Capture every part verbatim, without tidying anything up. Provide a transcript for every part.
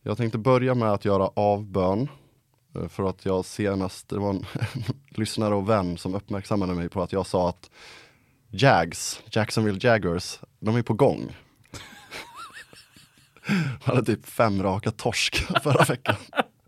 Jag tänkte börja med att göra avbön. För att jag senast, det var en lyssnare och vän som uppmärksammade mig på att jag sa att Jags, Jacksonville Jaguars, de är på gång. De hade typ fem raka torsk förra veckan.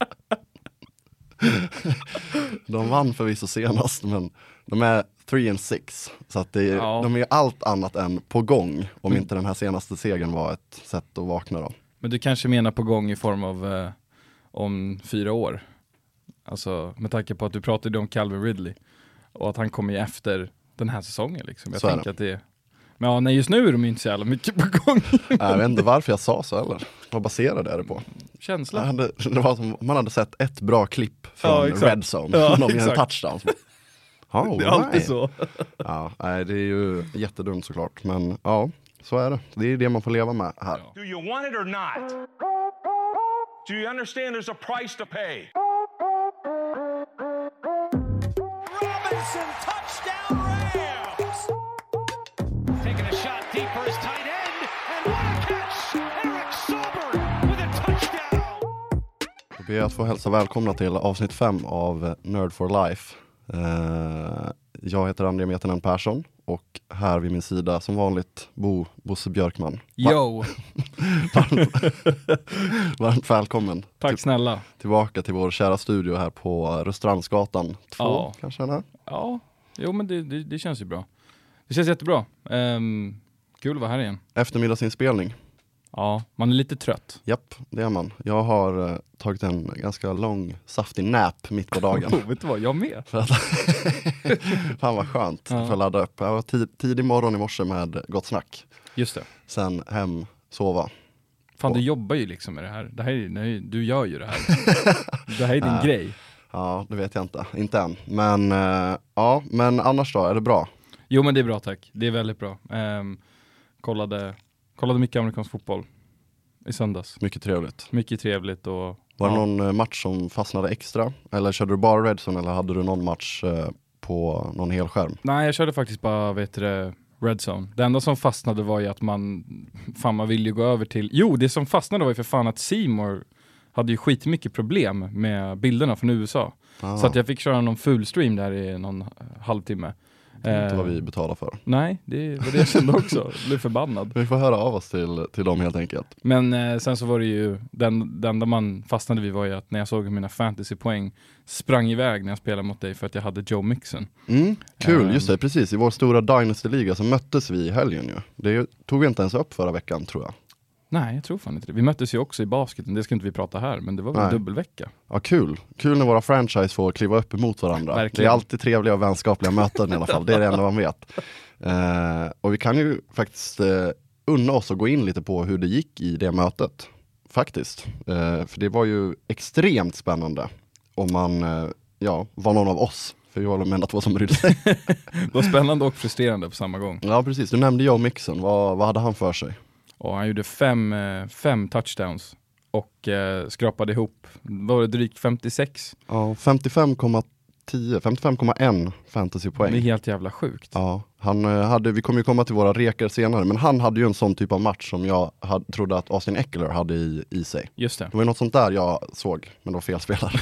De vann förvisso senast, men de är tre and six. Så att det är, ja. de är allt annat än på gång. Om mm. inte den här senaste segern var ett sätt att vakna då. Men du kanske menar på gång i form av eh, om fyra år. Alltså med tanke på att du pratade om Calvin Ridley. Och att han kommer ju efter den här säsongen liksom. Jag så tänker det. Att det är... Men ja, nej, just nu är de inte så jävla mycket på gång. Jag vet inte varför jag sa så eller. Vad baserade det på? Känsla. Hade, det var som man hade sett ett bra klipp från ja, Red Zone. Ja, de gör en touchdown. Oh, det är alltid så. Ja, nej, det är ju jättedumt såklart. Men ja, så är det. Det är det man får leva med här. Do you want it or not? Do you understand there's a price to pay? Robinson, touchdown Rams! Taking a shot deep for his tight end. And what a catch! Eric Sauber with a touchdown! Jag ber att få hälsa välkomna till avsnitt fem av Nerd for Life. Uh, jag heter André Metenen Persson och här vid min sida som vanligt Bo Bosse Björkman. Yo! varmt, varmt välkommen. Tack till, snälla. Tillbaka till vår kära studio här på Rörstrandsgatan två, ja. kanske den här? Ja, jo men det, det, det känns ju bra. Det känns jättebra. Um, kul att vara här igen. Eftermiddagsinspelning. Ja, man är lite trött. Japp, det är man. Jag har uh, tagit en ganska lång, saftig nap mitt på dagen. Oh, vet du vad, jag med. För att fan vad skönt ja. för att ladda upp. Jag var tid, tidig morgon i morse med gott snack. Just det. Sen hem, sova. Fan, och. Du jobbar ju liksom med det här. Det här är, nej, du gör ju det här. Det här är din uh, grej. Ja, det vet jag inte. Inte än. Men uh, ja, men annars då, är det bra? Jo, men det är bra, tack. Det är väldigt bra. Um, kollade... Kollade mycket amerikansk fotboll i söndags. Mycket trevligt. Mycket trevligt. Och, var ja. det någon match som fastnade extra? Eller körde du bara Redzone eller hade du någon match eh, på någon hel skärm? Nej, jag körde faktiskt bara vet du, Redzone. Det enda som fastnade var ju att man fan man vill ju gå över till... Jo, det som fastnade var ju för fan att C More hade ju skitmycket problem med bilderna från U S A. Ah. Så att jag fick köra någon full stream där i någon halvtimme. Det är inte vad vi betalar för. Nej, det var det jag kände också. Jag blev förbannad. Vi får höra av oss till, till dem helt enkelt. Men eh, sen så var det ju, den, den där man fastnade vid var ju att när jag såg hur mina fantasypoäng sprang iväg när jag spelade mot dig för att jag hade Joe Mixon. Mm, kul, um, just det, precis. I vår stora Dynasty-liga så möttes vi i helgen ju. Det tog vi inte ens upp förra veckan, tror jag. Nej, jag tror fan inte det. Vi möttes ju också i basketen, det ska inte vi prata här, men det var väl en dubbelvecka. Ja, kul. Kul när våra franchise får kliva upp emot varandra. Verkligen. Det är alltid trevliga och vänskapliga möten i alla fall, det är det enda man vet. Uh, och vi kan ju faktiskt uh, unna oss att gå in lite på hur det gick i det mötet. Faktiskt. Uh, för det var ju extremt spännande om man uh, ja, var någon av oss. För vi var de enda två som brydde sig. Det var spännande och frustrerande på samma gång. Ja, precis. Du nämnde Joe Mixon. Vad, vad hade han för sig? Och han gjorde fem, fem touchdowns och eh, skrapade ihop, var det drygt femtiosex? Ja, femtiofem komma tio, femtiofem komma ett fantasypoäng. Det är helt jävla sjukt. Ja, han hade, vi kommer ju komma till våra rekar senare, men han hade ju en sån typ av match som jag hade, trodde att Austin Eckler hade i, i sig. Just det. Det var ju något sånt där jag såg, men det var fel spelare.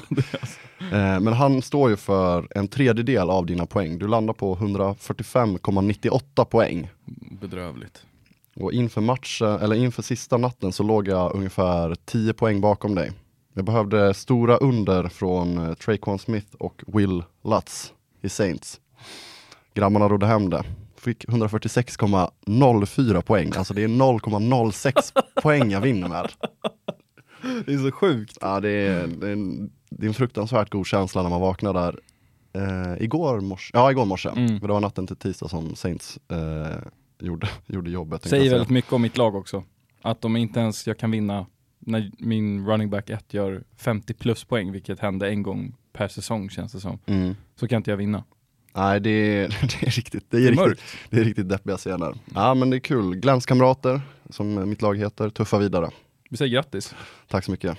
eh, men han står ju för en tredjedel av dina poäng. Du landar på hundrafyrtiofem komma nittioåtta poäng. Bedrövligt. Och inför matchen, eller inför sista natten så låg jag ungefär tio poäng bakom dig. Jag behövde stora under från uh, Traquan Smith och Will Lutz i Saints. Grabbarna rodde hem det. Fick hundrafyrtiosex komma noll fyra poäng. Alltså det är noll komma noll sex poäng jag vinner med. Det är så sjukt. Ja, det är, det är, en, det är en fruktansvärt god känsla när man vaknar där. Uh, igår morse, ja igår morse. Mm. För det var natten till tisdag som Saints... Uh, Gjorde, gjorde jobbet. Säger väldigt mycket om mitt lag också. Att de inte ens jag kan vinna när min running back ett gör femtio plus poäng, vilket hände en gång per säsong känns det som. Mm. Så kan inte jag vinna. Nej, det är, det är riktigt det är, det är riktigt, mörkt. Det är riktigt deppiga scener. Ja, men det är kul. Glänskamrater, som mitt lag heter, tuffa vidare. Vi säger grattis. Tack så mycket.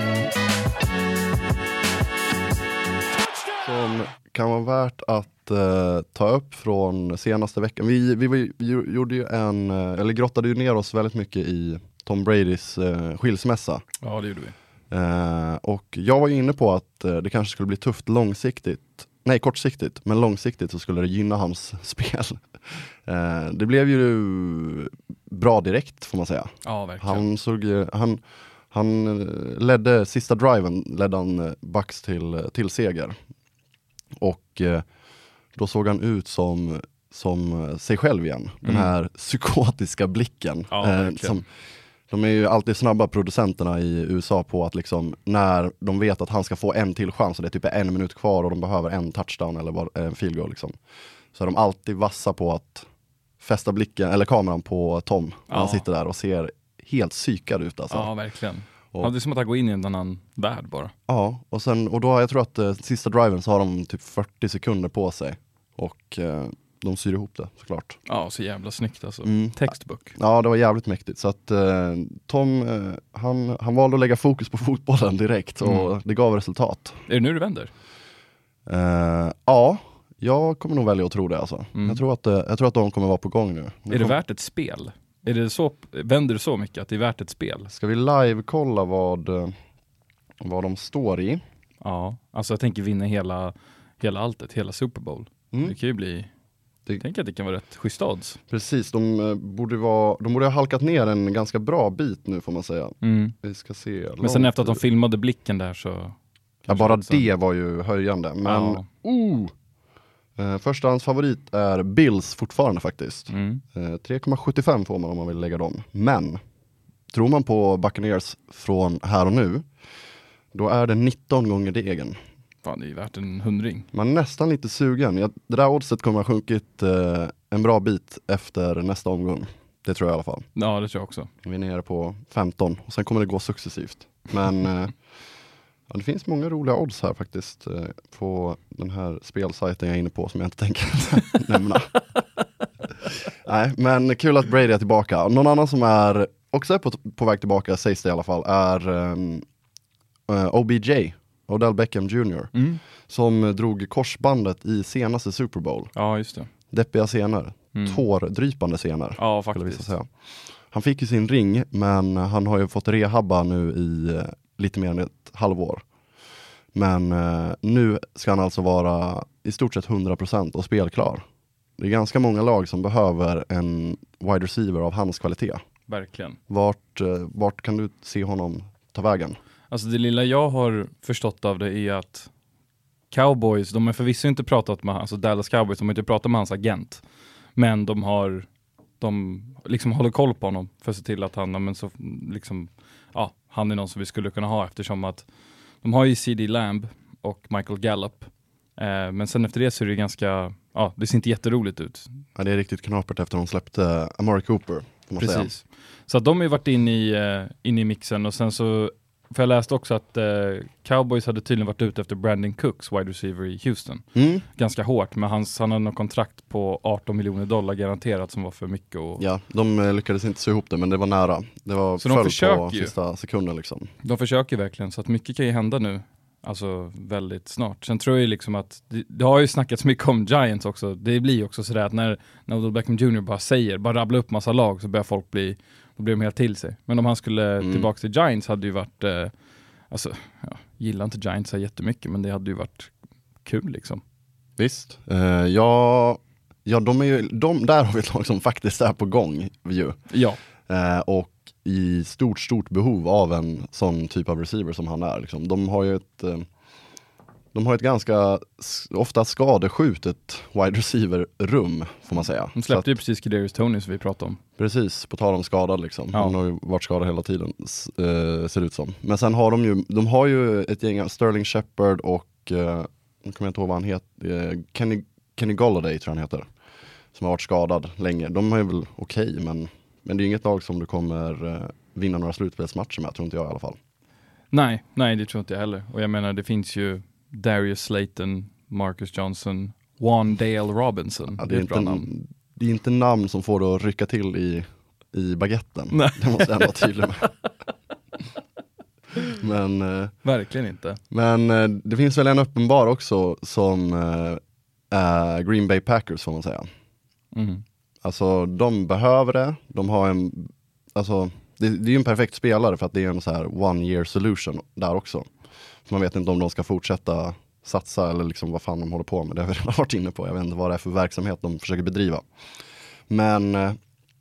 Som kan vara värt att Uh, ta upp från senaste veckan. Vi, vi, vi, vi gjorde ju en, uh, eller grottade ju ner oss väldigt mycket i Tom Bradys eh, skilsmässa. Ja, det gjorde vi. Eh, och jag var ju inne på att eh, det kanske skulle bli tufft långsiktigt. Nej, kortsiktigt. Men långsiktigt så skulle det gynna hans spel. eh, det blev ju bra direkt, får man säga. Ja, verkligen. Han såg... eh, Han, han eh, ledde sista driven, ledde han eh, Bucks till, eh, till seger. Och eh, då såg han ut som, som eh, sig själv igen. Den Mm. här psykotiska blicken. Ja, eh, verkligen. som, de är ju alltid snabba, producenterna i U S A, på att liksom, när de vet att han ska få en till chans och det är typ en minut kvar och de behöver en touchdown eller bara en field goal liksom, så är de alltid vassa på att fästa blicken eller kameran på Tom när Ja. han sitter där och ser helt psykad ut alltså. Ja, verkligen. Och- Ja, det är som att han går in i en annan värld bara. Ja, och sen, och då, jag tror att eh, sista driven så har de typ fyrtio sekunder på sig och eh, de syr ihop det såklart. Ja, så jävla snyggt alltså. Mm. Textbook. Ja, det var jävligt mäktigt. Så att eh, Tom, eh, han, han valde att lägga fokus på fotbollen direkt och Mm. det gav resultat. Är det nu du vänder? Eh, ja, jag kommer nog välja att tro det alltså. Mm. Jag, tror att, eh, jag tror att de kommer vara på gång nu. nu Är det kom, värt ett spel? Är det så, vänder du så mycket att det är värt ett spel? Ska vi live-kolla vad, eh, vad de står i? Ja, alltså jag tänker vinna hela, hela alltet, hela Super Bowl. Mm. Det kan ju bli, Det- jag tänker att det kan vara rätt schyssta odds. Precis, de, eh, borde vara, de borde ha halkat ner en ganska bra bit nu, får man säga. Mm. Vi ska se. Men sen långt- efter att de filmade blicken där så... Ja, kanske bara också- det var ju höjande. Men, Ja. oh! Eh, förstahandsfavorit är Bills fortfarande faktiskt. Mm. Eh, tre komma sjuttiofem får man om man vill lägga dem. Men, tror man på Buccaneers från här och nu, då är det nitton gånger degen. Fan, det är ju värt en hundring. Man är nästan lite sugen. Jag, det där oddset kommer ha sjunkit eh, en bra bit efter nästa omgång. Det tror jag i alla fall. Ja, det tror jag också. Vi är nere på femton och sen kommer det gå successivt. Men eh, ja, det finns många roliga odds här faktiskt eh, på den här spelsajten jag är inne på som jag inte tänker nämna. Nej, men kul att Brady är tillbaka. Någon annan som är också är på, på väg tillbaka, sägs det i alla fall, är um, uh, O B J, Odell Beckham junior Mm. som drog korsbandet i senaste Super Bowl. Ja, just det. Deppiga scener, Mm. tårdrypande scener. Ja, Skulle vissa faktiskt. säga. Han fick ju sin ring, men han har ju fått rehabba nu i eh, lite mer än ett halvår. Men eh, nu ska han alltså vara i stort sett hundra procent och spelklar. Det är ganska många lag som behöver en wide receiver av hans kvalitet. Verkligen. Vart, eh, vart kan du se honom ta vägen? Alltså det lilla jag har förstått av det är att Cowboys, de har förvisso inte pratat med, alltså Dallas Cowboys, de har inte pratat med hans agent. Men de har, de liksom håller koll på honom för att se till att han, ja, men så, liksom, ja, han är någon som vi skulle kunna ha, eftersom att de har ju C D Lamb och Michael Gallup. Eh, men sen efter det så är det ganska, ja, det ser inte jätteroligt ut. Ja, det är riktigt knapert efter de släppte Amari Cooper. Får man säga. Precis. Så att de har ju varit inne i, uh, in i mixen, och sen så, för jag läste också att uh, Cowboys hade tydligen varit ute efter Brandon Cooks, wide receiver i Houston. Mm. Ganska hårt, men hans, han hade något kontrakt på arton miljoner dollar garanterat som var för mycket. Och, Ja, de eh, lyckades inte se ihop det, men det var nära. Det var Så de föll försöker på ju. sista sekunden liksom. De försöker verkligen, så att mycket kan ju hända nu. Alltså väldigt snart. Sen tror jag liksom att, det, det har ju snackats mycket om Giants också. Det blir ju också sådär att när, när Odell Beckham junior bara säger, bara rabbla upp massa lag, så börjar folk bli, då blir de helt till sig. Men om han skulle Mm. tillbaka till Giants hade ju varit, eh, alltså, ja, gillar inte Giants så jättemycket, men det hade ju varit kul liksom. Visst. Uh, ja, ja de är ju, de, där har vi ett lag som faktiskt är på gång ju. Ja, Uh, och i stort, stort behov av en sån typ av receiver som han är. Liksom. De har ju ett, uh, de har ett ganska s- ofta skadeskjutet wide receiver-rum, får man säga. de Så släppte ju precis Kadarius Toney som vi pratade om. Precis, på tal om skadad liksom. Ja. Han har ju varit skadad hela tiden, s- eh, ser det ut som. Men sen har de ju, de har ju ett gäng av Sterling Shepard och, uh, nu kommer jag inte ihåg vad han heter, uh, Kenny, Kenny Golladay tror jag han heter. Som har varit skadad länge. De är väl okej, okay, men, men det är inget lag som du kommer uh, vinna några slutspelsmatcher med, tror inte jag i alla fall. Nej, nej det tror inte jag heller. Och jag menar, det finns ju Darius Slayton, Marcus Johnson, Wandale Robinson. Ja, det, är ett bra inte, namn. det är inte namn som får det att rycka till i, i baguetten. Nej. Det måste jag ändå vara tydlig med. Men, uh, Verkligen inte. men uh, det finns väl en uppenbar också som uh, är Green Bay Packers, får man säga. Mm. Alltså de behöver det, de har en, alltså det, det är ju en perfekt spelare för att det är en så här one year solution där också. Man vet inte om de ska fortsätta satsa eller liksom vad fan de håller på med. Det har vi redan varit inne på. Jag vet inte vad det är för verksamhet de försöker bedriva. Men eh,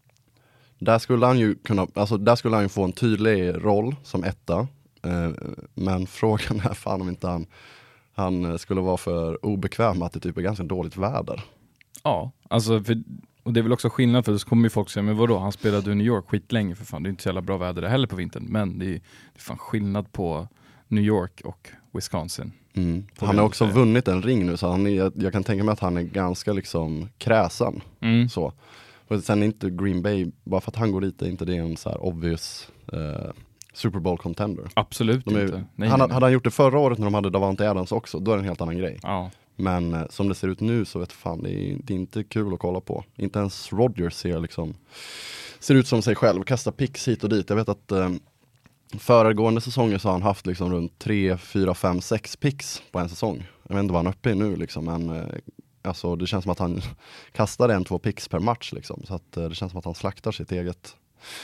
där skulle han ju kunna, alltså där skulle han ju få en tydlig roll som etta. Eh, men frågan är fan om inte han, han skulle vara för obekväm att det typ är ganska dåligt väder. Ja, alltså för, och det är väl också skillnad för så kommer ju folk säga, men vadå, han spelade i New York skitlänge för fan, det är inte så jävla bra väder där heller på vintern, men det är, det är fan skillnad på New York och Wisconsin. Mm. Han har också vunnit en ring nu så han är, jag, jag kan tänka mig att han är ganska liksom kräsen. Mm. Så. Och sen är inte Green Bay, bara för att han går dit är inte det en så här obvious eh, Super Bowl contender. Absolut är, inte. Nej, han, nej. Hade han gjort det förra året när de hade Davante Adams också, då är det en helt annan grej. Ja. Men eh, som det ser ut nu så vet fan, det är, det är inte kul att kolla på. Inte ens Rodgers ser liksom ser ut som sig själv, kastar picks hit och dit. Jag vet att eh, föregående säsonger så har han haft liksom runt tre, fyra, fem, sex picks på en säsong. Jag vet inte vad han är uppe i nu liksom, men eh, alltså, det känns som att han kastar en, två picks per match liksom. Så att eh, det känns som att han slaktar sitt eget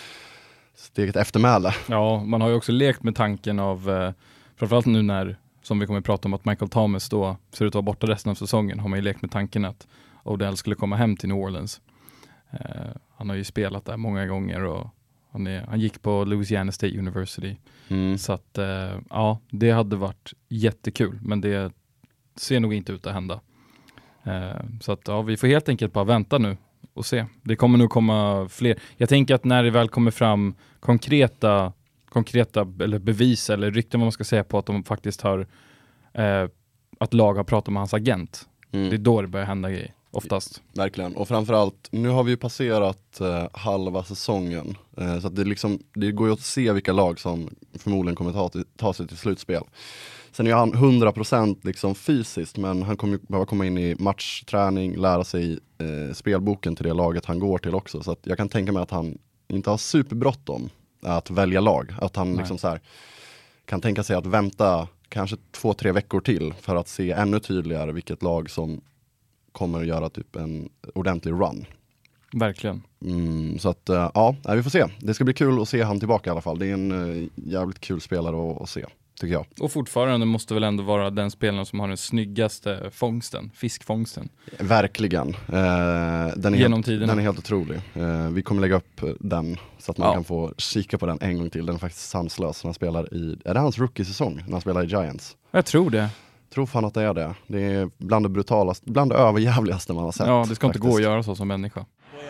sitt eget eftermäle. Ja, man har ju också lekt med tanken av eh, framförallt nu när, som vi kommer att prata om, att Michael Thomas då ser ut att vara borta resten av säsongen, har man ju lekt med tanken att Odell skulle komma hem till New Orleans. Eh, han har ju spelat där många gånger och han, är, han gick på Louisiana State University. Mm. Så att eh, ja, det hade varit jättekul, men det ser nog inte ut att hända. Eh, så att ja, vi får helt enkelt bara vänta nu och se. Det kommer nog komma fler. Jag tänker att när det väl kommer fram konkreta konkreta eller bevis eller rykten vad man ska säga på att de faktiskt har eh, att lag har pratat med hans agent. Mm. Det är då det börjar hända grejer. Oftast. Verkligen. Och framförallt, nu har vi ju passerat eh, halva säsongen. Eh, så att det, liksom, det går ju att se vilka lag som förmodligen kommer ta, till, ta sig till slutspel. Sen är han hundra procent liksom fysiskt, men han kommer ju behöva komma in i matchträning, lära sig eh, spelboken till det laget han går till också. Så att jag kan tänka mig att han inte har superbråttom att välja lag. Att han liksom så här, kan tänka sig att vänta kanske två, tre veckor till för att se ännu tydligare vilket lag som kommer att göra typ en ordentlig run. Verkligen. Mm, så att uh, ja, vi får se. Det ska bli kul att se han tillbaka i alla fall. Det är en uh, jävligt kul spelare att, att se, tycker jag. Och fortfarande måste väl ändå vara den spelaren som har den snyggaste fångsten, fiskfångsten. Verkligen. Uh, den, är Genom helt, tiderna. den är helt otrolig. Uh, vi kommer lägga upp den så att man ja. kan få kika på den en gång till. Den är faktiskt sanslös när han spelar i, är det hans rookie-säsong när han spelar i Giants? Jag tror det. Tror fan att det är det. Det är bland det brutalaste, bland det överjävligaste man har sett. Ja, det ska faktiskt inte gå att göra så som människa.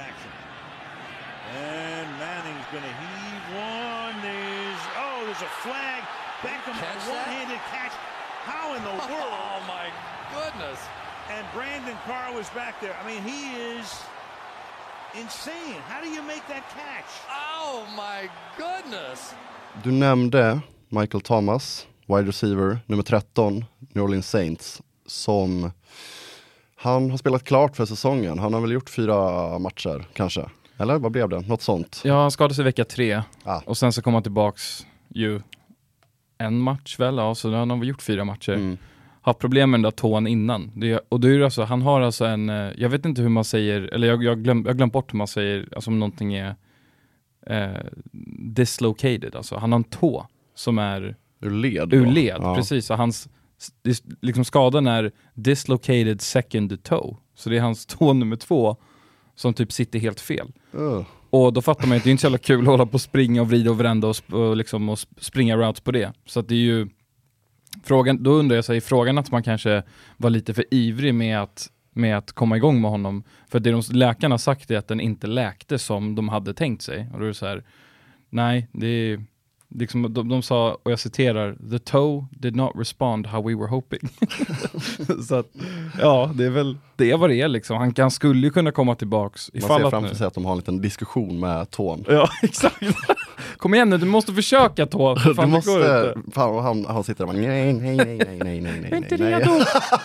And Brandon Carr was back there. I mean, he is insane. How do you make that catch? Oh my goodness. Du nämnde Michael Thomas, wide receiver, nummer tretton, New Orleans Saints, som han har spelat klart för säsongen. Han har väl gjort fyra matcher, kanske. Eller vad blev det? Något sånt. Ja, han skadade sig vecka tre. Ah. Och sen så kom han tillbaks ju en match väl. Ja, så han har väl gjort fyra matcher. Mm. Haft problem med den där tån innan. Det, och det är alltså, han har alltså en, jag vet inte hur man säger, eller jag, jag glöm, jag glömt bort hur man säger, alltså om någonting är eh, dislocated. Alltså han har en tå som är ur led. Ur led, ja. Precis. Så hans, liksom skadan är dislocated second toe. Så det är hans tå nummer två som typ sitter helt fel. Uh. Och då fattar man att det är inte så jävla kul att hålla på och springa och vrida och vända och, sp- och, liksom, och springa routes på det. Så att det är ju frågan, då undrar jag sig, frågan att man kanske var lite för ivrig med att, med att komma igång med honom. För det de läkarna sagt är att den inte läkte som de hade tänkt sig. Och då är det så här, nej, det är liksom, de, de sa, och jag citerar, the toe did not respond how we were hoping. Så att, ja, det är väl det är vad det är liksom. Han, han skulle ju kunna komma tillbaks. Man ser framför sig att de har en liten diskussion med tån. Ja, exakt. Kom igen nu, du måste försöka tå. Fan, du måste, fan, han, han sitter där och bara, nej, nej, nej, nej, nej, nej, nej, inte nej. redo.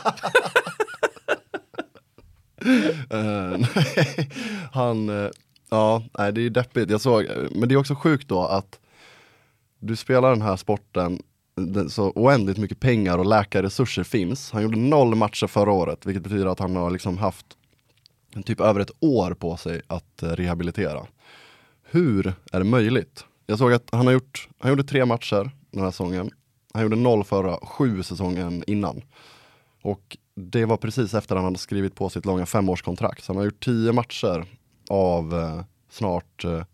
uh, nej. Han, uh, ja, nej, det är deppigt. Jag såg, men det är också sjukt då att du spelar den här sporten, så oändligt mycket pengar och läkarresurser finns. Han gjorde noll matcher förra året, vilket betyder att han har liksom haft typ över ett år på sig att rehabilitera. Hur är det möjligt? Jag såg att han har gjort, han gjorde tre matcher den här säsongen. Han gjorde noll förra, sju säsongen innan. Och det var precis efter han hade skrivit på sitt långa femårskontrakt. Så han har gjort tio matcher av eh, snart eh,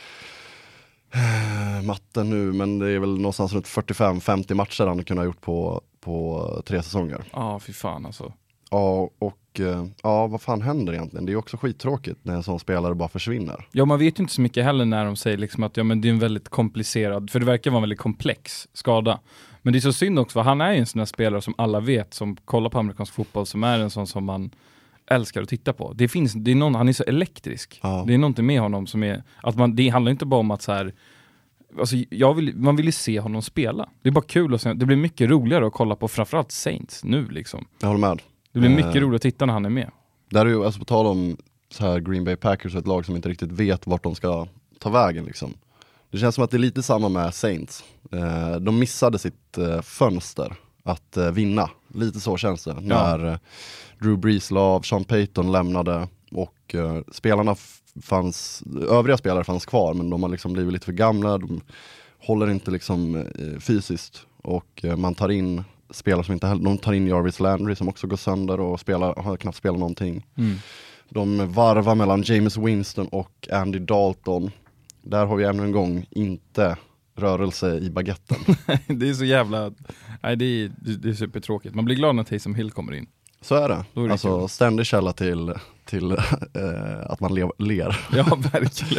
matten nu, men det är väl någonstans runt fyrtiofem femtio matcher han hade kunnat gjort på, på tre säsonger. Ja, ah, fy fan alltså. Ja, och eh, ja, vad fan händer egentligen? Det är också skittråkigt när en sån spelare bara försvinner. Ja, man vet ju inte så mycket heller när de säger liksom att ja, men det är en väldigt komplicerad, för det verkar vara en väldigt komplex skada. Men det är så synd också, för han är ju en sån här spelare som alla vet, som kollar på amerikansk fotboll, som är en sån som man älskar att titta på. Det finns, det är någon, han är så elektrisk. Ja. Det är någonting med honom som är, att man, det handlar inte bara om att så här, alltså jag vill, man vill ju se honom spela. Det är bara kul att se, det blir mycket roligare att kolla på framförallt Saints nu liksom. Jag håller med. Det blir mycket eh, roligt att titta när han är med. Där är ju, alltså på tal om så här Green Bay Packers, ett lag som inte riktigt vet vart de ska ta vägen liksom. Det känns som att det är lite samma med Saints. Eh, de missade sitt eh, fönster att eh, vinna. Lite så känns det. Ja. När eh, Drew Brees la av, Sean Payton lämnade och eh, spelarna f- fanns, övriga spelare fanns kvar, men de har liksom blivit lite för gamla. De håller inte liksom eh, fysiskt och eh, man tar in spelare som inte heller, de tar in Jarvis Landry som också går sönder och spelar, har knappt spelat någonting. Mm. De varvar mellan James Winston och Andy Dalton. Där har vi ännu en gång inte rörelse i baguetten. Det är så jävla... Nej, det är, det är supertråkigt. Man blir glad när Taysom Hill kommer in. Så är det. Är det alltså kul. Ständig källa till, till äh, att man le- ler. Ja, verkligen.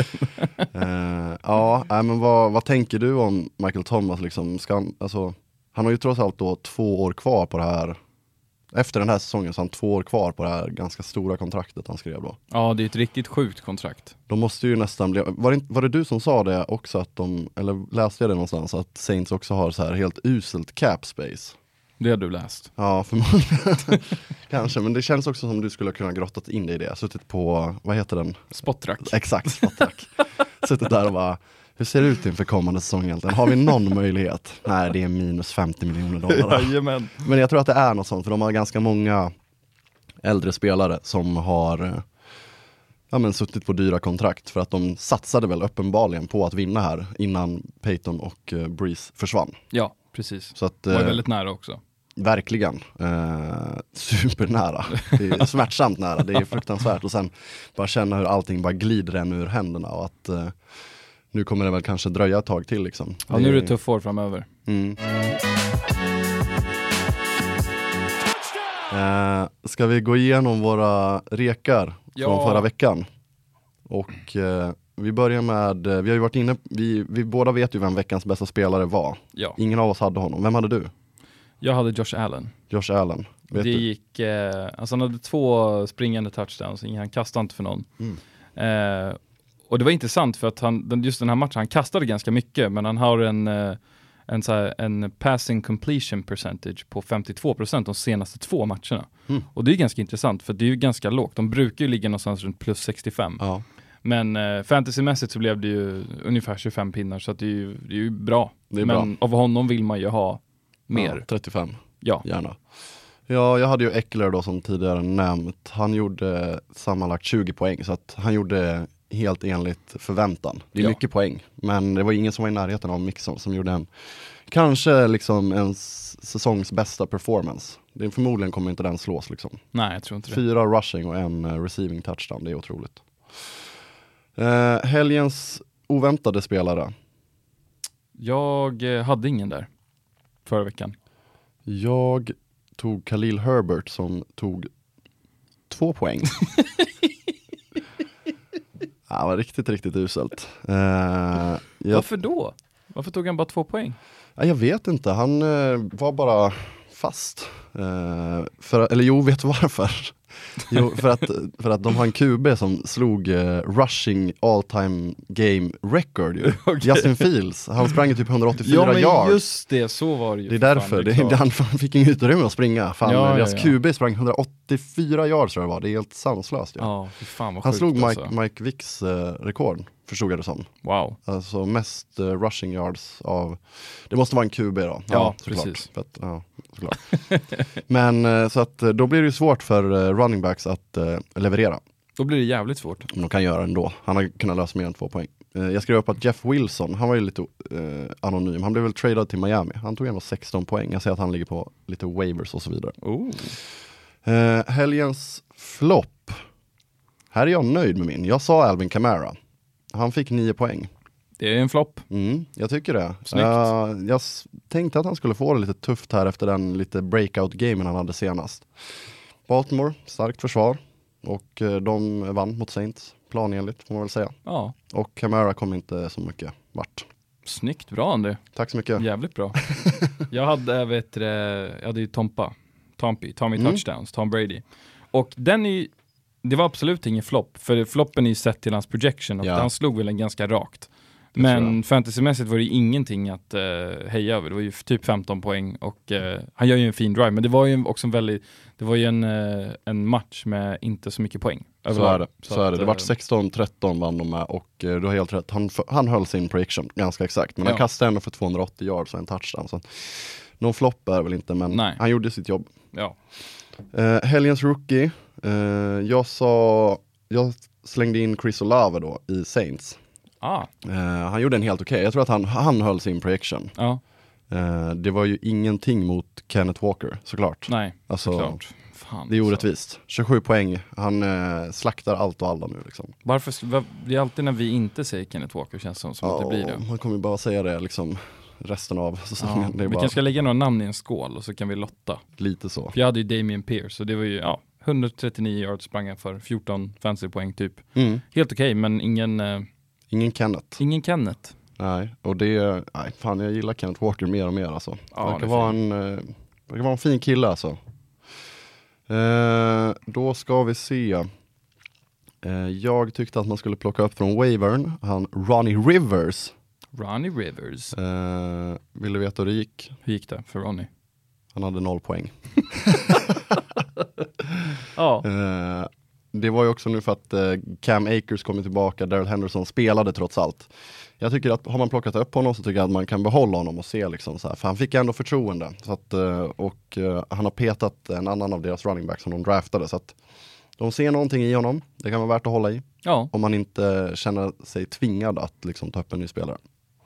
äh, ja, äh, men vad, vad tänker du om Michael Thomas? Liksom, ska han, alltså, han har ju trots allt då två år kvar på det här. Efter den här säsongen så har han två år kvar på det här ganska stora kontraktet han skrev då. Ja, det är ett riktigt sjukt kontrakt. De måste ju nästan bli... Var det, var det du som sa det också att de... Eller läste jag det någonstans att Saints också har så här helt uselt cap space? Det har du läst. Ja, förmodligen. Kanske, men det känns också som du skulle kunna grottat in dig i det. Suttit på... Vad heter den? Spottrack. Exakt, Spottrack. Suttit där och bara... Hur ser det ut inför kommande säsong egentligen? Har vi någon möjlighet? Nej, det är minus femtio miljoner dollar. Jajamän. Men jag tror att det är något sånt, för de har ganska många äldre spelare som har ja, men, suttit på dyra kontrakt för att de satsade väl uppenbarligen på att vinna här innan Peyton och uh, Brees försvann. Ja, precis. Så att, det var uh, väldigt nära också. Verkligen. Uh, supernära. Det är smärtsamt nära. Det är fruktansvärt. Och sen bara känna hur allting bara glider en ur händerna och att uh, nu kommer det väl kanske dröja ett tag till liksom. Ja, nu är det tuff år framöver. Mm. Uh, ska vi gå igenom våra rekar ja. från förra veckan? Och uh, vi börjar med, uh, vi har ju varit inne, vi, vi båda vet ju vem veckans bästa spelare var. Ja. Ingen av oss hade honom. Vem hade du? Jag hade Josh Allen. Josh Allen. Vet det du? gick, eh, alltså han hade två springande touchdowns, han kastade inte för någon. Mm. Eh, och det var intressant för att han, just den här matchen, han kastade ganska mycket, men han har en, en, så här, en passing completion percentage på femtiotvå procent de senaste två matcherna. Mm. Och det är ganska intressant, för det är ju ganska lågt. De brukar ju ligga någonstans runt plus sextiofem. Ja. Men eh, fantasymässigt så blev det ju ungefär tjugofem pinnar, så att det är ju, det är ju bra. Det är men bra. Av honom vill man ju ha mer. Ja, trettiofem. Ja. Gärna. Ja, jag hade ju Eckler då som tidigare nämnt. Han gjorde sammanlagt tjugo poäng, så att han gjorde helt enligt förväntan. Det är ja. mycket poäng, men det var ingen som var i närheten av Mixon som gjorde en kanske liksom en s- säsongs bästa performance. Det är, förmodligen kommer inte den slås liksom. Nej, jag tror inte det. Fyra rushing och en uh, receiving touchdown, det är otroligt. Uh, helgens oväntade spelare. Jag eh, hade ingen där förra veckan. Jag tog Khalil Herbert som tog två poäng. Ja, det var riktigt, riktigt uselt. Uh, jag... Varför då? Varför tog han bara två poäng? Ja, jag vet inte, han uh, var bara fast. Uh, för, eller jo, vet du varför? Jo, för att, för att de har en Q B som slog uh, rushing all time game record ju. Okay. Justin Fields, han sprang typ etthundraåttiofyra ja, men yards. Just det, så var det ju. Det är därför, det är, han fick ingen utrymme att springa. Fan, ja, deras ja, ja. Q B sprang etthundraåttiofyra yards tror jag det var, det är helt sanslöst. Ja, ja fy fan vad han sjukt, slog Mike, alltså. Mike Vicks uh, rekord, förstod jag det som. Wow. Alltså mest uh, rushing yards av, det måste vara en Q B då. Ja, ja precis. För att, ja, såklart. Men uh, så att uh, då blir det ju svårt för uh, running backs att uh, leverera. Då blir det jävligt svårt. Men de kan göra ändå. Han har kunnat lösa mer än två poäng. Eh, jag skrev upp att Jeff Wilson, han var ju lite eh, anonym. Han blev väl tradad till Miami. Han tog ändå sexton poäng. Jag ser att han ligger på lite waivers och så vidare. Oh. Eh, helgens flopp. Här är jag nöjd med min. Jag sa Alvin Kamara. Han fick nio poäng. Det är en flopp. Mm, jag tycker det. Snyggt. Uh, jag s- tänkte att han skulle få det lite tufft här efter den lite breakout-gamen han hade senast. Baltimore, starkt försvar. Och uh, de vann mot Saints, planenligt får man väl säga. Ja, Och Kamara kom inte så mycket vart. snyggt. Bra Andy. Tack så mycket. Jävligt bra. jag hade, vet du, jag hade ju Tompa. Tompi, Tommy Mm. Touchdowns, Tom Brady. Och den är ju, det var absolut ingen flopp. För floppen är ju sett till hans projection. Och Ja. han slog väl en ganska rakt. Det tror Men jag. fantasymässigt var det ingenting att uh, heja över. Det var ju typ femton poäng. Och uh, han gör ju en fin drive. Men det var ju också en väldigt, det var ju en, uh, en match med inte så mycket poäng. Så överlag. är det. Så, Så är att, det. Det vart eh, sexton tretton vann de med och uh, du har helt rätt. Han, han höll sin projection ganska exakt. Men han Ja. kastade ändå för tvåhundraåttio yards och en touchdown. Så någon flopp är väl inte, men Nej. han gjorde sitt jobb. Ja. Uh, helgens rookie. Uh, jag sa, jag slängde in Chris Olave då i Saints. Ah, Uh, han gjorde en helt okej. Jag tror att han, han höll sin projection. ja. Uh, det var ju ingenting mot Kenneth Walker, såklart. Nej, Alltså, såklart. Fan, det är alltså. orättvist. tjugosju poäng. Han uh, slaktar allt och alla nu liksom. Varför, var, det är alltid när vi inte säger Kenneth Walker känns det som, som att det blir det. Man kommer ju bara säga det liksom resten av säsongen. Ja, Det är vi bara kanske ska lägga några namn i en skål och så kan vi lotta. lite så. För jag hade ju Damian Pierce och det var ju ja, etthundratrettionio yards sprang jag för fjorton fancy poäng typ. Mm. Helt okej, men ingen, eh, Ingen Kenneth. ingen Kenneth. Nej, och det, nej, fan jag gillar Kenneth Walker mer och mer alltså. Ja, det det kan är vara en, uh, det kan vara en fin kille alltså. Uh, då ska vi se. Uh, jag tyckte att man skulle plocka upp från Wavern, han Ronnie Rivers. Ronnie Rivers. Uh, vill du veta hur det gick? Hur gick det för Ronnie? Han hade noll poäng. Ja, Uh, det var ju också nu för att uh, Cam Akers kommer tillbaka, Darrell Henderson spelade trots allt. Jag tycker att har man plockat upp honom så tycker jag att man kan behålla honom och se liksom så här, för han fick ändå förtroende. Så att, uh, och uh, han har petat en annan av deras running backs som de draftade. Så att de ser någonting i honom, det kan vara värt att hålla i. ja. Om man inte känner sig tvingad att liksom ta upp en ny spelare.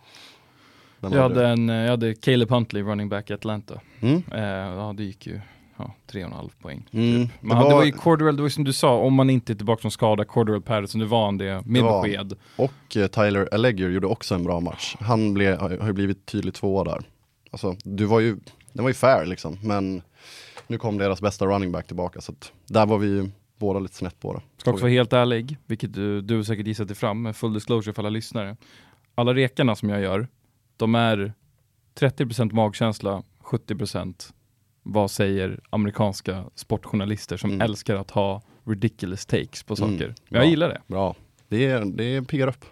Men Jag har hade, du? en, eh, jag hade Caleb Huntley, running back i Atlanta. Mm? Eh, ja, det gick ju ja, tre och en halv poäng. Mm. Men Det det var, var- ju Cordarrelle, det var ju som du sa, om man inte är tillbaka från skada, Cordarrelle Patterson, nu var han det med Det var- besked. Och eh, Tyler Allegier gjorde också en bra match. Han ble, har, har ju blivit tydligt tvåa där. Alltså, du var ju, den var ju fair liksom, men nu kom deras bästa running back tillbaka, så att där var vi ju båda lite snett på det. Ska också vara helt ärlig, vilket du, du säkert gissat dig fram med full disclosure för alla lyssnare. Alla rekarna som jag gör, de är trettio procent magkänsla, sjuttio procent vad säger amerikanska sportjournalister som Mm. älskar att ha ridiculous takes på saker. Mm. Men jag Bra. gillar det. Bra, det, är, det piggar upp.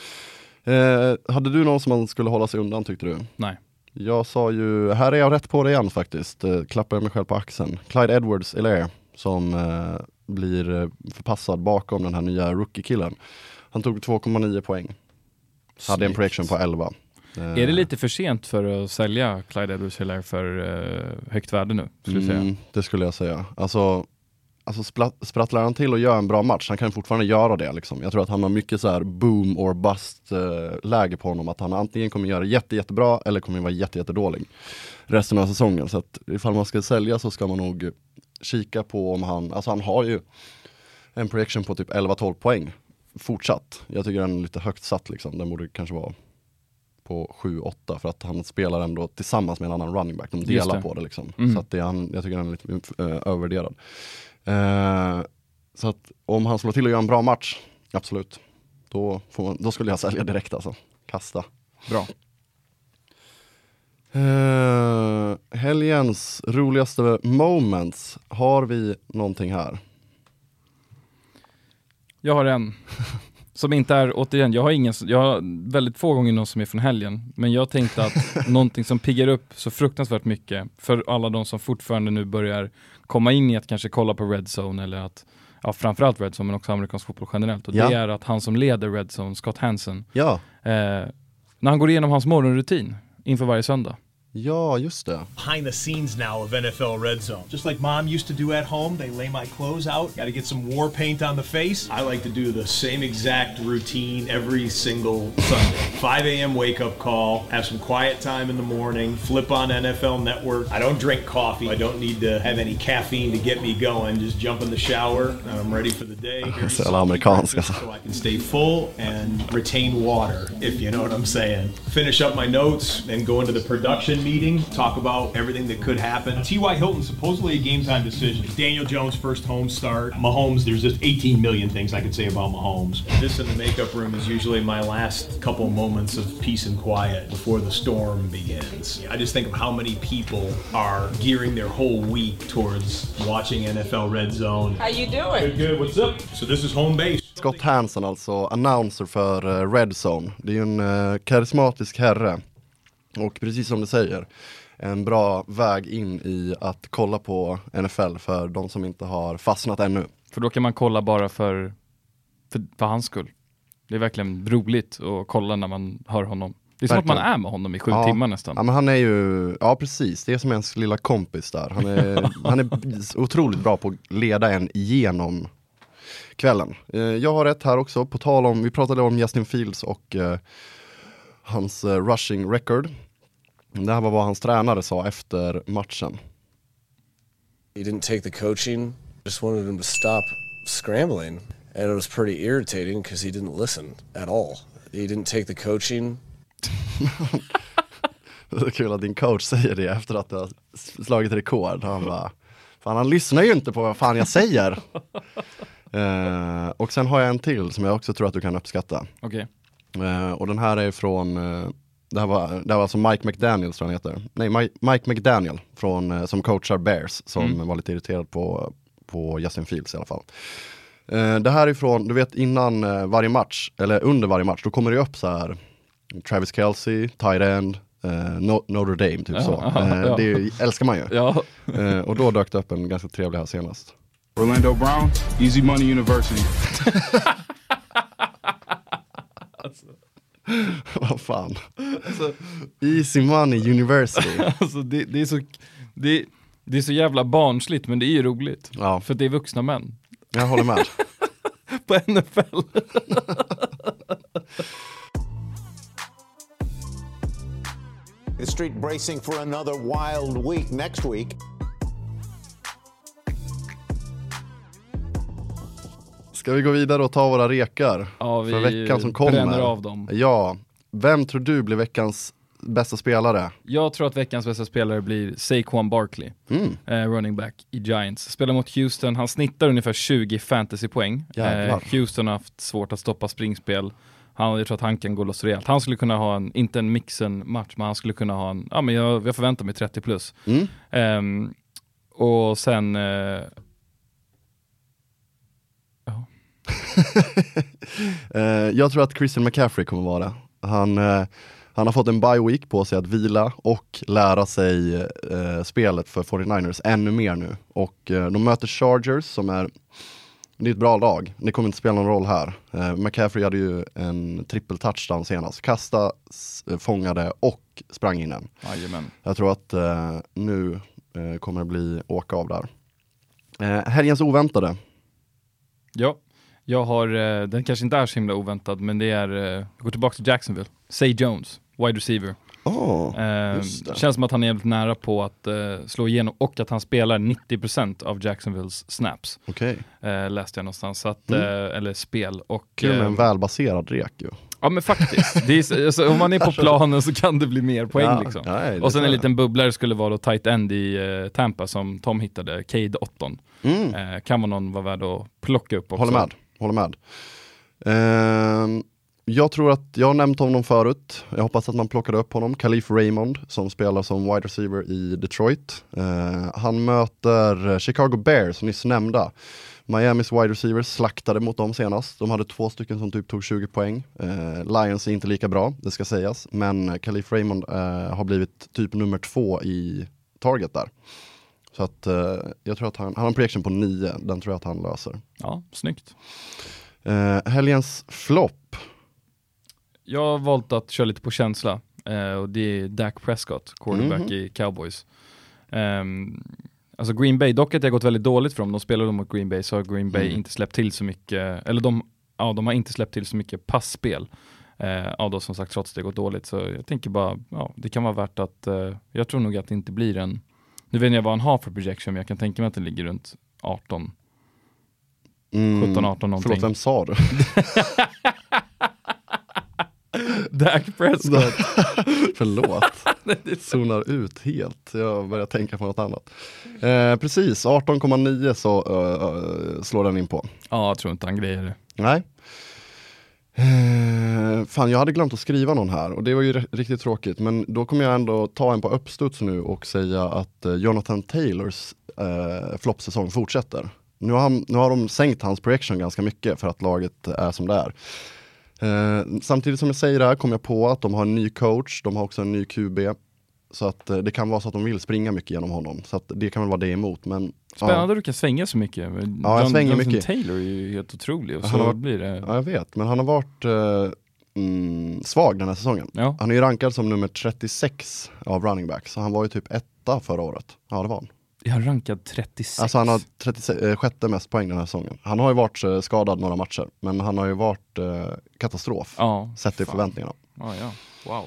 Eh, hade du någon som man skulle hålla sig undan tyckte du? Nej. Jag sa ju, här är jag rätt på det igen faktiskt, eh, klappar jag mig själv på axeln. Clyde Edwards-Helaire som eh, blir eh, förpassad bakom den här nya rookie-killen. Han tog två komma nio poäng. Hade en Snyggt. projection på elva. Eh, Är det lite för sent för att sälja Clyde Edwards-Helaire för uh, högt värde nu? Skulle jag säga. Mm, det skulle jag säga. Alltså, alltså splat, sprattlar han till och gör en bra match, han kan fortfarande göra det liksom. Jag tror att han har mycket så här boom or bust eh, läge på honom, att han antingen kommer göra jätte, jättebra eller kommer vara jätte, jättedålig resten av säsongen. Så att ifall man ska sälja så ska man nog kika på om han, alltså han har ju en projection på typ elva tolv poäng fortsatt. Jag tycker den är lite högt satt liksom, den borde kanske vara på sju åtta för att han spelar ändå tillsammans med en annan running back. De Just delar det. på det liksom. Mm. Så att det är han, jag tycker han är lite uh, övervärderad. Uh, så att om han slår till och gör en bra match, absolut. Då, får man, då skulle jag sälja direkt alltså. Kasta. Bra. Uh, helgens roligaste moments. Har vi någonting här? Jag har en som inte är, återigen, jag har ingen, jag har väldigt få gånger någon som är från helgen, men jag tänkte att någonting som piggar upp så fruktansvärt mycket för alla de som fortfarande nu börjar komma in i att kanske kolla på Red Zone eller att, ja framförallt Red Zone men också amerikansk fotboll generellt, och Ja. det är att han som leder Red Zone, Scott Hansen, Ja. eh, när han går igenom hans morgonrutin inför varje söndag, Ja, just det. Behind the scenes now of N F L Red Zone. Just like mom used to do at home, they lay my clothes out, gotta get some war paint on the face. I like to do the same exact routine every single Sunday. five a.m. wake up call, have some quiet time in the morning, flip on N F L Network. I don't drink coffee, I don't need to have any caffeine to get me going, just jump in the shower and I'm ready for the day. Så alla amerikanska. So I can stay full and retain water, if you know what I'm saying. Finish up my notes and go into the production meeting, talk about everything that could happen. T Y. Hilton, supposedly a game time decision. Daniel Jones' first home start. Mahomes, there's just eighteen million things I could say about Mahomes. This in the makeup room is usually my last couple moments of peace and quiet before the storm begins. I just think of how many people are gearing their whole week towards watching N F L Red Zone. How you doing? Good, good. What's up? So this is home base. Scott Hansen, alltså announcer för uh, Red Zone. Det är ju en uh, karismatisk herre. Och precis som du säger, en bra väg in i att kolla på N F L för de som inte har fastnat ännu. För då kan man kolla bara för, för, för hans skull. Det är verkligen roligt att kolla när man hör honom. Det är som verkligen. Att man är med honom i sju ja. timmar nästan. Ja, men han är ju, ja precis, det är som ens lilla kompis där. Han är, han är otroligt bra på att leda en igenom kvällen. Jag har rätt här också, på tal om, vi pratade om Justin Fields och uh, hans uh, rushing record. Det här var vad hans tränare sa efter matchen. He didn't take the coaching, just wanted him to stop scrambling. And it was pretty irritating because he didn't listen at all. He didn't take the coaching. Det är kul att din coach säger det efter att du har slagit rekord. Han bara, fan han lyssnar ju inte på vad fan jag säger. uh, och sen har jag en till som jag också tror att du kan uppskatta. Okej. Okay. Uh, och den här är från... Uh, Det här, var, det här var alltså Mike McDaniel tror han heter. Nej, Mike, Mike McDaniel från, eh, som coachar Bears som mm. var lite irriterad på, på Justin Fields i alla fall. Eh, det här är från, du vet innan eh, varje match, eller under varje match, då kommer det upp så här Travis Kelce, tight end, eh, no, Notre Dame typ ja, så. Eh, ja. Det älskar man ju. Ja. eh, och då dök det upp en ganska trevlig här senast. Orlando Brown, Easy Money University. alltså. Vad fan. Alltså, Easy Money University. Alltså det, det är så det, det är så jävla barnsligt, men det är ju roligt. Ja. För det är vuxna män. Jag håller med. På N F L. The street bracing for another wild week next week. Ska vi gå vidare och ta våra rekar ja, vi för veckan som kommer? Bränner av dem. Ja, vem tror du blir veckans bästa spelare? Jag tror att veckans bästa spelare blir Saquon Barkley, mm. eh, running back i Giants. Spelar mot Houston, han snittar ungefär tjugo fantasypoäng. Eh, Houston har haft svårt att stoppa springspel. Han, jag tror att han kan gå loss rejält. Han skulle kunna ha en, inte en mixen-match, men han skulle kunna ha en, ja men jag, jag förväntar mig trettio plus. Mm. Eh, och sen... Eh, uh, jag tror att Christian McCaffrey kommer vara det. Han, uh, han har fått en bye week på sig att vila och lära sig uh, spelet för fyrtionioers ännu mer nu. Och uh, de möter Chargers som är, det är ett bra lag. Det kommer inte spela någon roll här. Uh, McCaffrey hade ju en trippel touchdown senast. Kasta, uh, fångade och sprang in den. Jajamän. Jag tror att uh, nu uh, kommer det bli åka av där. Uh, helgens oväntade. Ja. Jag har, eh, den kanske inte är så himla oväntad, men det är, eh, jag går tillbaka till Jacksonville. Zay Jones, wide receiver. Oh, eh, känns som att han är jävligt nära på att eh, slå igenom och att han spelar nittio procent av Jacksonvilles snaps. Okej. Okay. Eh, läste jag någonstans, så att, mm. eh, eller spel. Och, det är en välbaserad rek ju. Ja men faktiskt, det är, alltså, om man är på planen så kan det bli mer poäng ja, liksom. Ja, och sen en liten bubblare skulle vara då tight end i uh, Tampa som Tom hittade, Cade Otton. Mm. Uh, kan man någon vara värd att plocka upp också. Håller med, håller med. Uh, jag tror att, jag har nämnt honom förut. Jag hoppas att man plockade upp honom. Khalif Raymond som spelar som wide receiver i Detroit. Uh, han möter Chicago Bears, nyss nämnda. Miamis wide receivers slaktade mot dem senast. De hade två stycken som typ tog tjugo poäng. Uh, Lions är inte lika bra, det ska sägas. Men Khalif Raymond uh, har blivit typ nummer två i target där. Så att uh, jag tror att han, han har en projection på nio. Den tror jag att han löser. Ja, snyggt. Uh, helgens flopp. Jag har valt att köra lite på känsla. Uh, och det är Dak Prescott, quarterback mm-hmm. i Cowboys. Um, alltså Green Bay, dock att det har gått väldigt dåligt för dem. De spelade mot Green Bay, så har Green Bay mm. inte släppt till så mycket, eller de, ja, de har inte släppt till så mycket passspel. Uh, ja, då som sagt, trots det har gått dåligt. Så jag tänker bara, ja, det kan vara värt att, uh, jag tror nog att det inte blir en, nu vet jag vad han har för projection, men jag kan tänka mig att det ligger runt arton. Mm, sjutton arton någonting. Förlåt, vem sa du? Dak Prescott. Förlåt. Zonar ut helt. Jag börjar tänka på något annat. Eh, precis, arton komma nio så uh, slår den in på. Ja, jag tror inte han grejer det. Nej. Eh, fan, jag hade glömt att skriva någon här och det var ju r- riktigt tråkigt. Men då kommer jag ändå ta en på uppstuds nu och säga att uh, Jonathan Taylors uh, floppsäsong fortsätter. Nu har, han, nu har de sänkt hans projection ganska mycket för att laget är som det är. Eh, samtidigt som jag säger det här kommer jag på att de har en ny coach, de har också en ny Q B. Så att eh, det kan vara så att de vill springa mycket genom honom. Så att det kan väl vara det emot. Men, spännande ja. att du kan svänga så mycket. Ja, John, jag svänger Jonathan mycket. Taylor är ju helt otrolig. Och så han har varit, blir det... Ja, jag vet. Men han har varit eh, mm, svag den här säsongen. Ja. Han är ju rankad som nummer trettiosex av running back. Så han var ju typ etta förra året. Ja, det var han. Jag har rankad trettiosex. Alltså han har trettiosex, eh, sjätte mest poäng den här säsongen. Han har ju varit eh, skadad några matcher. Men han har ju varit eh, katastrof. Ja, sett i förväntningarna. Ja, ja. Wow.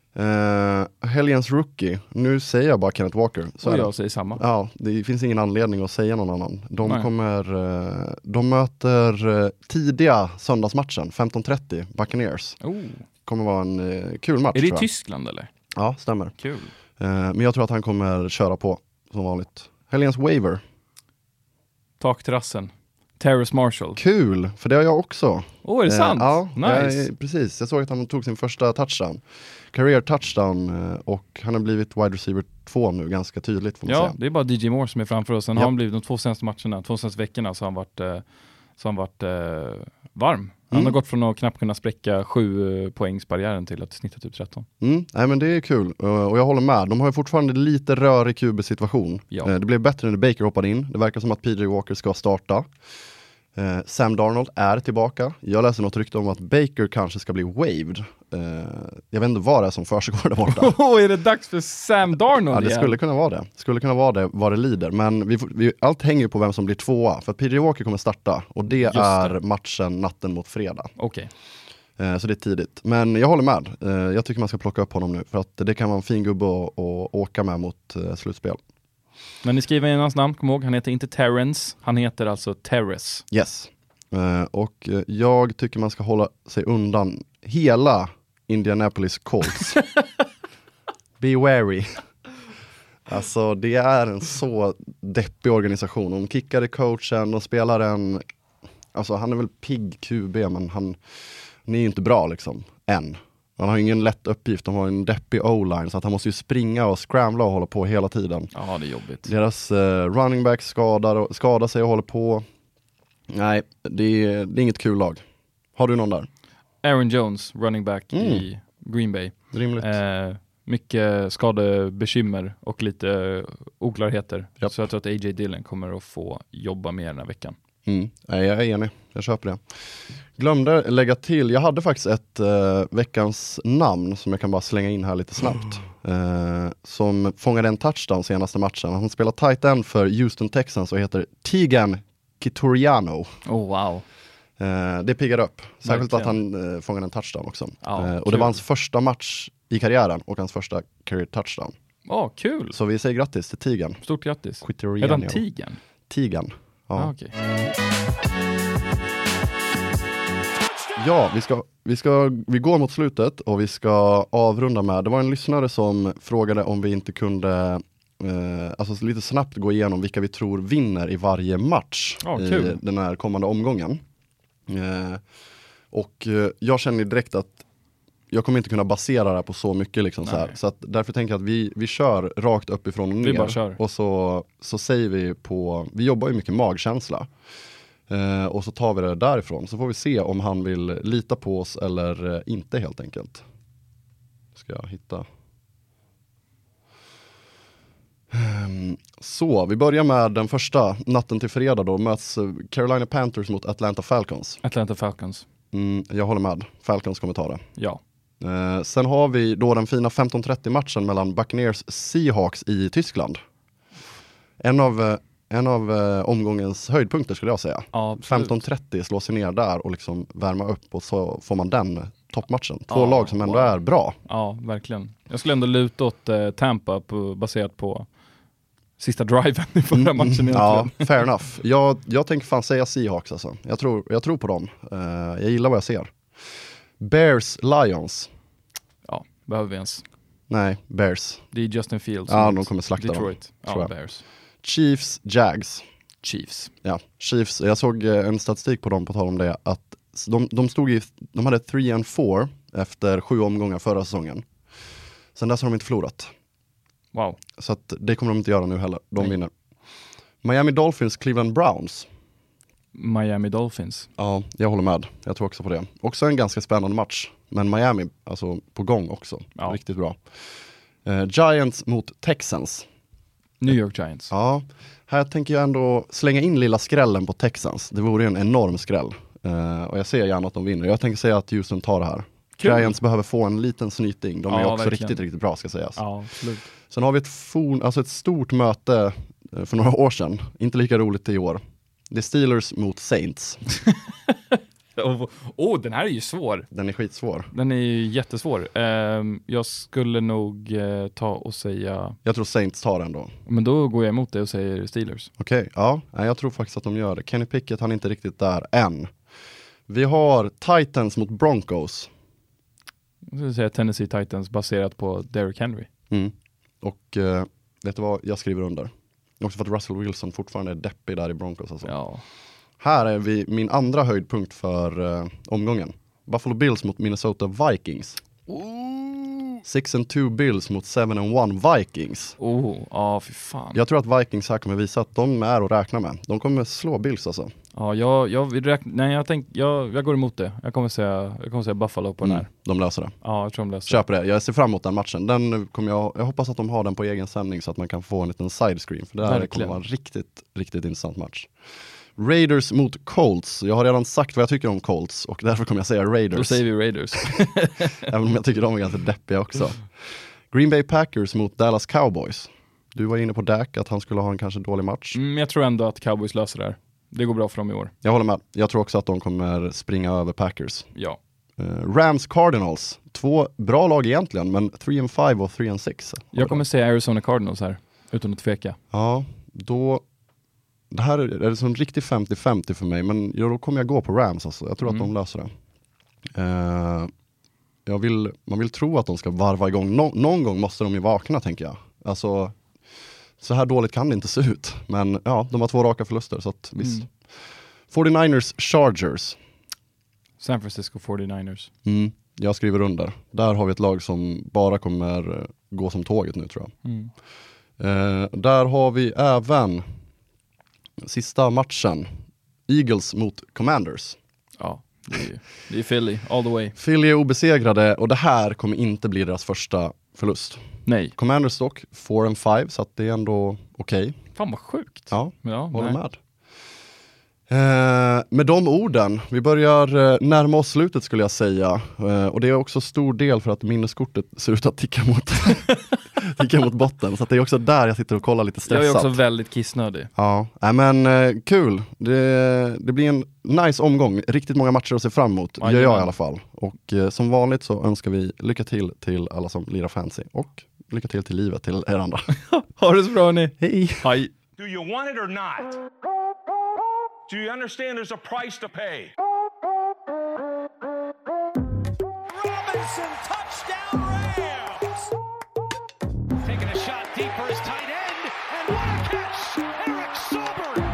Uh, Helgens rookie. Nu säger jag bara Kenneth Walker. Så och är jag det. säger samma. Ja, det finns ingen anledning att säga någon annan. De Nej. kommer uh, De möter uh, tidiga söndagsmatchen femton trettio Buccaneers. Oh. Kommer vara en uh, kul match. Är det i tror jag. Tyskland eller? Ja, stämmer. Kul. Uh, men jag tror att han kommer köra på som vanligt. Helgens waiver. Takterrassen. Terrace Marshall. Kul, för det har jag också. Åh, oh, är det sant? Uh, ja, nice. jag, precis. Jag såg att han tog sin första touchdown. Career touchdown uh, och han har blivit wide receiver två nu ganska tydligt får man ja, säga. det är bara D J Moore som är framför oss. Sen ja. har han blivit de två senaste matcherna, två senaste veckorna så har han varit, eh, så har han varit eh, varm. Han Mm. har gått från att knappt kunna spräcka sju eh, poängsbarriären till att snitta typ tretton. Mm, nej men det är kul uh, och jag håller med. De har ju fortfarande lite rörig Q B-situation. Ja. Uh, det blev bättre när Baker hoppade in. Det verkar som att P J Walker ska starta. Uh, Sam Darnold är tillbaka. Jag läser något rykte om att Baker kanske ska bli waived. Uh, jag vet inte vad det är som försiggår där borta. Oh, är det dags för Sam Darnold Ja, det igen? skulle kunna vara det. Skulle kunna vara det vad det lider. Men vi, får- vi, allt hänger ju på vem som blir tvåa. För P J Walker kommer starta. Och det Just det. är matchen natten mot fredag. Okej. Eh, så det är tidigt. Men jag håller med. Eh, jag tycker man ska plocka upp honom nu. För att det kan vara en fin gubbe att att åka med mot eh, slutspel. Men ni skriver in hans namn, kom ihåg, han heter inte Terrence, han heter alltså Terrace. Yes. Eh, och eh, jag tycker man ska hålla sig undan hela Indianapolis Colts. Be wary. Alltså det är en så deppig organisation. De kickade coachen, de spelar en... Alltså han är väl pigg Q B men han, han är ju inte bra liksom, än. Han har ju ingen lätt uppgift, de har en deppig O-line så att han måste ju springa och scrambla och hålla på hela tiden. Ja, det är jobbigt. Deras uh, running back skadar, och, skadar sig och håller på. Nej, det är, det är inget kul lag. Har du någon där? Aaron Jones, running back Mm. i Green Bay. Rimligt. Eh, mycket skadebekymmer och lite eh, oklarheter. Japp. Så jag tror att A J Dillon kommer att få jobba mer den här veckan. Mm. Nej, jag är enig, jag köper det. Glömde lägga till, jag hade faktiskt ett uh, veckans namn som jag kan bara slänga in här lite snabbt. Uh, som fångade en touchdown senaste matchen. Han spelar tight end för Houston Texans och heter Tegan Kitoriano. Oh wow. Uh, det piggar upp. Särskilt Verkligen. att han uh, fångade en touchdown också. Ja, uh, och det kul. var hans första match i karriären och hans första career touchdown. Ja, oh, kul. Så vi säger grattis till Tegan. Stort grattis. Är Kitoriano. han Tigen? Tegan. Ja. Ah, okej. Ja, vi, ska, vi, ska, vi går mot slutet och vi ska avrunda med, det var en lyssnare som frågade om vi inte kunde eh, alltså lite snabbt gå igenom vilka vi tror vinner i varje match Ja, i kul. den här kommande omgången. Eh, och eh, jag känner ju direkt att jag kommer inte kunna basera det här på så mycket liksom, så, här. Så att därför tänker jag att vi, vi kör rakt uppifrån och Vi ner bara kör. och så, så säger vi på, vi jobbar ju mycket magkänsla. Eh, och så tar vi det därifrån. Så får vi se om han vill lita på oss eller eh, inte helt enkelt. Ska jag hitta. Ehm, så, vi börjar med den första. Natten till fredag då möts eh, Carolina Panthers mot Atlanta Falcons. Atlanta Falcons. Mm, jag håller med. Falcons kommer ta det. Ja. Eh, sen har vi då den fina femton trettio matchen mellan Buccaneers Seahawks i Tyskland. En av, eh, en av eh, omgångens höjdpunkter skulle jag säga. Ja, femton trettio slår sig ner där och liksom värma upp och så får man den toppmatchen. Två Ja, lag som ändå wow. är bra. Ja, verkligen. Jag skulle ändå luta åt eh, Tampa på, baserat på sista driven i förra matchen egentligen. Ja, fair enough. Jag, jag tänker fan säga Seahawks alltså. Jag tror, jag tror på dem. Uh, jag gillar vad jag ser. Bears Lions. Ja, behöver vi ens. Nej, Bears. Det är Justin Fields. Ja, mot de kommer slakta Detroit. dem. tror Ja, jag. Bears. Chiefs Jags. Chiefs. Ja, Chiefs. Jag såg eh, en statistik på dem på tal om det. Att de, de stod i, de hade tre and four efter sju omgångar förra säsongen. Sen dess har de inte förlorat. Wow. Så att det kommer de inte göra nu heller. De Nej. vinner. Miami Dolphins, Cleveland Browns. Miami Dolphins. Ja, jag håller med. Jag tror också på det. Också en ganska spännande match. Men Miami, alltså på gång också. Ja. Riktigt bra. Eh, Giants mot Texans. New York Giants. Ja, här tänker jag ändå slänga in lilla skrällen på Texans. Det vore ju en enorm skräll. Eh, och jag ser gärna att de vinner. Jag tänker säga att Houston tar det här. Kul. Giants behöver få en liten snyting. De är Ja, också verkligen. riktigt, riktigt bra ska sägas. Ja, absolut. Sen har vi ett, forn, alltså ett stort möte eh, för några år sedan. Inte lika roligt i år. Det är Steelers mot Saints. Åh, oh, den här är ju svår. Den är skitsvår. Den är ju jättesvår. Ehm, jag skulle nog eh, ta och säga... Jag tror Saints tar den då. Men då går jag emot det och säger Steelers. Okej, okay, ja. Nej, jag tror faktiskt att de gör det. Kenny Pickett, han är inte riktigt där än. Vi har Titans mot Broncos. Jag skulle säga Tennessee Titans baserat på Derrick Henry. Mm. Och eh, vet du vad jag skriver under? Också för att Russell Wilson fortfarande är deppig där i Broncos. Alltså. Ja. Här är vi min andra höjdpunkt för eh, omgången. Buffalo Bills mot Minnesota Vikings. six and two Bills mot seven and one Vikings. Oh, ja, fy fan. Jag tror att Vikings här kommer visa att de är att räkna med. De kommer slå Bills alltså. Ja, jag, jag, vill räkna, nej, jag, tänk, jag, jag går emot det. Jag kommer säga, jag kommer säga Buffalo på den här. Mm, de löser det. Ja, jag tror de löser Köper det. Jag ser fram emot den matchen. Den kommer jag, jag hoppas att de har den på egen sändning så att man kan få en liten side screen. För det här kommer vara en riktigt, riktigt intressant match. Raiders mot Colts. Jag har redan sagt vad jag tycker om Colts och därför kommer jag säga Raiders. Då säger vi Raiders. Även om jag tycker de är ganska deppiga också. Green Bay Packers mot Dallas Cowboys. Du var inne på Dak att han skulle ha en kanske dålig match. Mm, jag tror ändå att Cowboys löser det här. Det går bra för dem i år. Jag håller med. Jag tror också att de kommer springa över Packers. Ja. Uh, Rams Cardinals. Två bra lag egentligen, men tre and five och tre and six. Jag kommer säga Arizona Cardinals här, utan att tveka. Ja, då... Det här är, är det som riktigt femtio femtio för mig, men ja, då kommer jag gå på Rams alltså. Jag tror mm. att de löser det. Uh, jag vill, man vill tro att de ska varva igång. Nå, någon gång måste de ju vakna, tänker jag. Alltså, så här dåligt kan det inte se ut. Men ja, de har två raka förluster, så att visst. Mm. fyrtionioers Chargers. San Francisco fyrtionioers. Mm, jag skriver under. Där har vi ett lag som bara kommer gå som tåget nu, tror jag. Mm. Uh, där har vi även sista matchen. Eagles mot Commanders. Ja, det är, det är Philly, all the way. Philly är obesegrade och det här kommer inte bli deras första förlust. Nej. Commanders dock, four and five, så att det är ändå okej. Okay. Fan vad sjukt. Ja, ja håller nej. med. Eh, med de orden, vi börjar eh, närma oss slutet skulle jag säga. Eh, och det är också stor del för att minneskortet ser ut att ticka mot, ticka mot botten. Så att det är också där jag sitter och kollar lite stressat. Jag är också väldigt kissnödig. Ja, äh, men eh, kul. Det, det blir en nice omgång. Riktigt många matcher att se fram emot, ja, gör jag ja. i alla fall. Och eh, som vanligt så önskar vi lycka till till alla som lirar fantasy. Och lycka till till livet till er andra. Ha det så bra ni. Hej. Hej. Do you want it or not? Do you understand there's a price to pay? Robinson, touchdown Rams! Taking a shot deep for his tight end, and what a catch! Eric Silver